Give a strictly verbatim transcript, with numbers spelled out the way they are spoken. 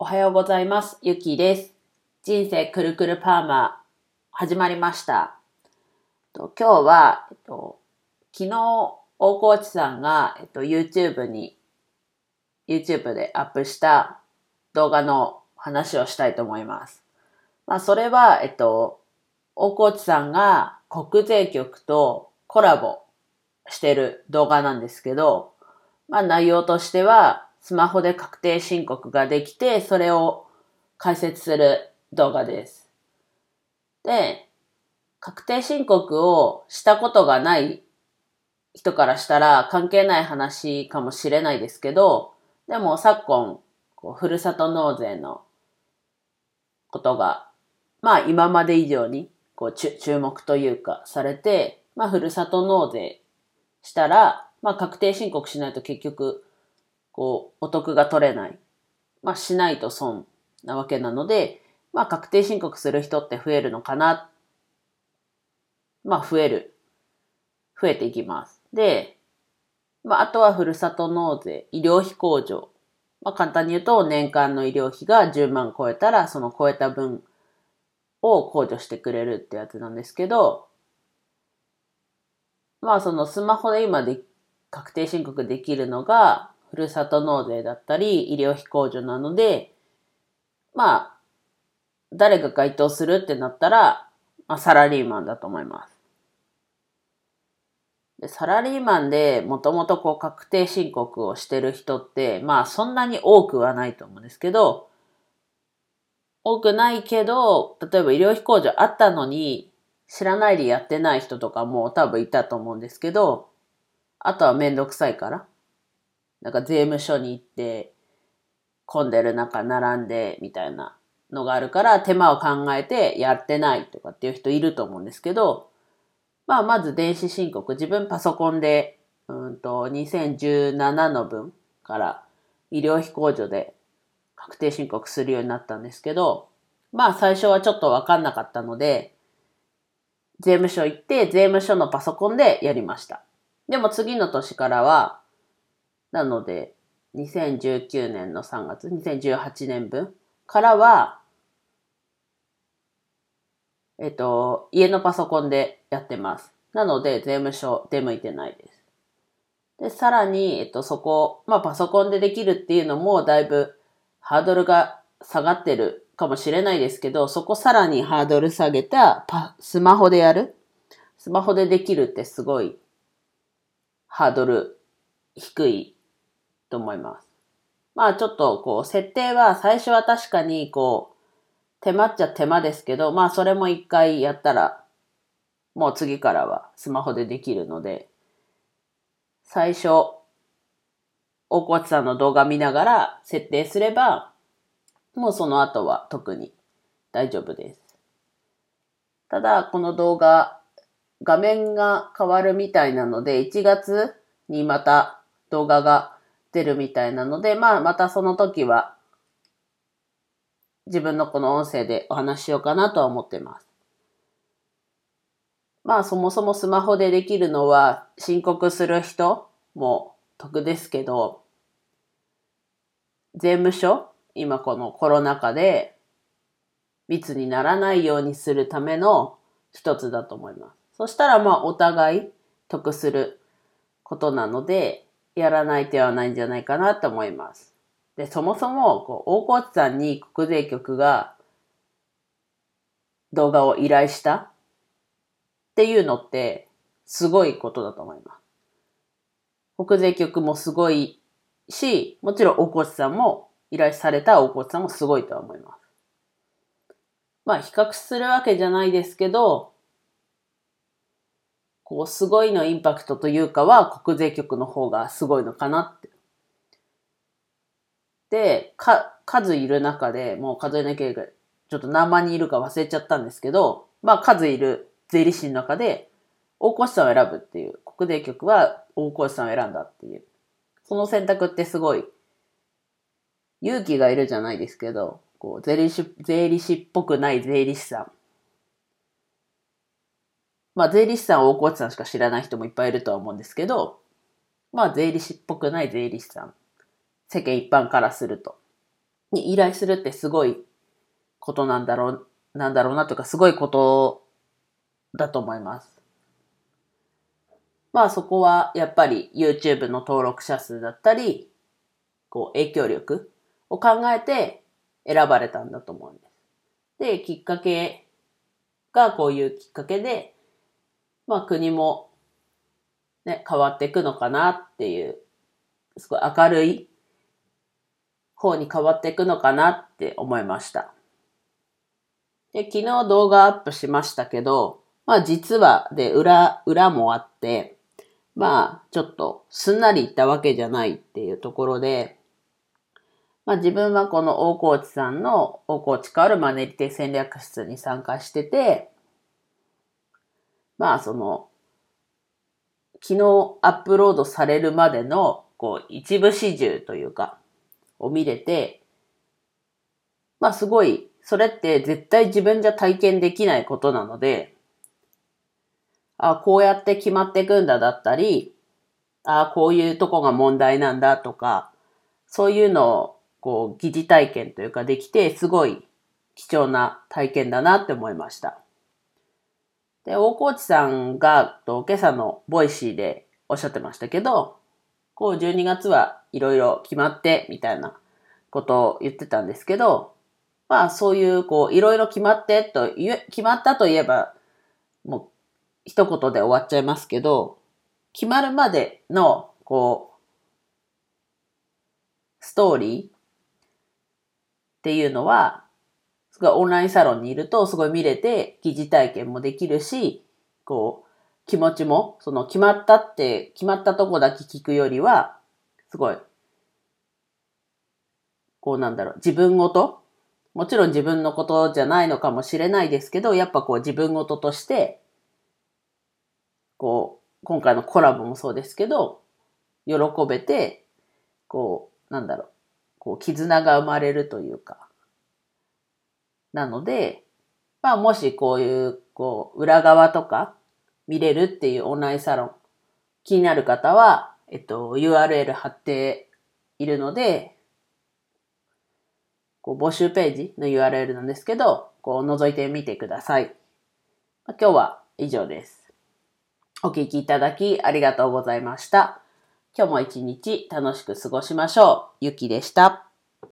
おはようございます。ゆきです。人生くるくるパーマ始まりました。と今日は、えっと、昨日大河内さんが、えっと、YouTube に YouTube でアップした動画の話をしたいと思います。まあそれは、えっと、大河内さんが国税局とコラボしてる動画なんですけど、まあ内容としてはスマホで確定申告ができて、それを解説する動画です。で、確定申告をしたことがない人からしたら関係ない話かもしれないですけど、でも昨今、こうふるさと納税のことが、まあ今まで以上にこう注目というかされて、まあふるさと納税したら、まあ確定申告しないと結局、こうお得が取れない。まあしないと損なわけなので、まあ確定申告する人って増えるのかな。まあ増える。増えていきます。で、まああとはふるさと納税、医療費控除。まあ簡単に言うと年間の医療費がじゅうまん超えたらその超えた分を控除してくれるってやつなんですけど、まあそのスマホで今で確定申告できるのがふるさと納税だったり医療費控除なので、まあ誰が該当するってなったら、まあ、サラリーマンだと思います。でサラリーマンでもともとこう確定申告をしてる人って、まあそんなに多くはないと思うんですけど、多くないけど、例えば医療費控除あったのに知らないでやってない人とかも多分いたと思うんですけど、あとはめんどくさいから。なんか税務署に行って混んでる中並んでみたいなのがあるから手間を考えてやってないとかっていう人いると思うんですけど、まあまず電子申告、自分パソコンでうんとにせんじゅうななの分から医療費控除で確定申告するようになったんですけど、まあ最初はちょっとわかんなかったので、税務署行って税務署のパソコンでやりました。でも次の年からは、なのでにせんじゅうきゅうねんのさんがつ、にせんじゅうはちねんぶんからは、えっと、家のパソコンでやってます。なので税務署出向いてないです。で、さらに、えっと、そこ、まあパソコンでできるっていうのもだいぶハードルが下がってるかもしれないですけど、そこさらにハードル下げたパスマホでやる。スマホでできるってすごいハードル低いと思います。まあちょっとこう設定は最初は確かにこう手間っちゃ手間ですけど、まあそれも一回やったらもう次からはスマホでできるので、最初大河内さんの動画見ながら設定すれば、もうその後は特に大丈夫です。ただこの動画画面が変わるみたいなので、いちがつにまた動画が出るみたいなので、まあまたその時は自分のこの音声でお話ししようかなとは思ってます。まあそもそもスマホでできるのは申告する人も得ですけど、税務署、今このコロナ禍で密にならないようにするための一つだと思います。そしたらまあお互い得することなので、やらない手はないんじゃないかなと思います。で、そもそもこう大河内さんに国税局が動画を依頼したっていうのってすごいことだと思います。国税局もすごいし、もちろん大河内さんも依頼された大河内さんもすごいとは思います。まあ比較するわけじゃないですけど、こうすごいのインパクトというかは国税局の方がすごいのかなって。で、か、数いる中でもう数えなきゃいけない。ちょっと何万人いるか忘れちゃったんですけど、まあ数いる税理士の中で大河内さんを選ぶっていう、国税局は大河内さんを選んだっていう。その選択ってすごい勇気がいるじゃないですけど、こう税理士、税理士っぽくない税理士さん。まあ税理士さんは大河内さんしか知らない人もいっぱいいるとは思うんですけど、まあ税理士っぽくない税理士さん。世間一般からすると。 に依頼するってすごいことなんだろう、なんだろうなというか、すごいことだと思います。まあそこはやっぱり YouTube の登録者数だったり、こう影響力を考えて選ばれたんだと思うんです。で、きっかけがこういうきっかけで、まあ国もね、変わっていくのかなっていう、すごい明るい方に変わっていくのかなって思いました。で、昨日動画アップしましたけど、まあ実はで裏、裏もあって、まあちょっとすんなりいったわけじゃないっていうところで、まあ自分はこの大河内さんの大河内かおるマネリテ戦略室に参加してて、まあその、昨日アップロードされるまでのこう一部始終というか、を見れて、まあすごい、それって絶対自分じゃ体験できないことなので、あこうやって決まっていくんだだったり、あこういうとこが問題なんだとか、そういうのをこう疑似体験というかできて、すごい貴重な体験だなって思いました。で、大河内さんがと今朝のボイシーでおっしゃってましたけど、こうじゅうにがつはいろいろ決まってみたいなことを言ってたんですけど、まあそういうこういろいろ決まってと言え、決まったといえばもう一言で終わっちゃいますけど、決まるまでのこうストーリーっていうのは、すごいオンラインサロンにいるとすごい見れて疑似体験もできるし、こう気持ちもその決まったって決まったとこだけ聞くよりは、すごいこうなんだろう、自分ごともちろん自分のことじゃないのかもしれないですけど、やっぱこう自分ごととして、こう、今回のコラボもそうですけど、喜べて、こう、なんだろう、こう、絆が生まれるというか。なので、まあもしこういう、こう、裏側とか見れるっていうオンラインサロン、気になる方は、えっと、ユーアールエル 貼っているので、こう募集ページの ユーアールエル なんですけど、こう覗いてみてください。今日は以上です。お聞きいただきありがとうございました。今日も一日楽しく過ごしましょう。ゆきでした。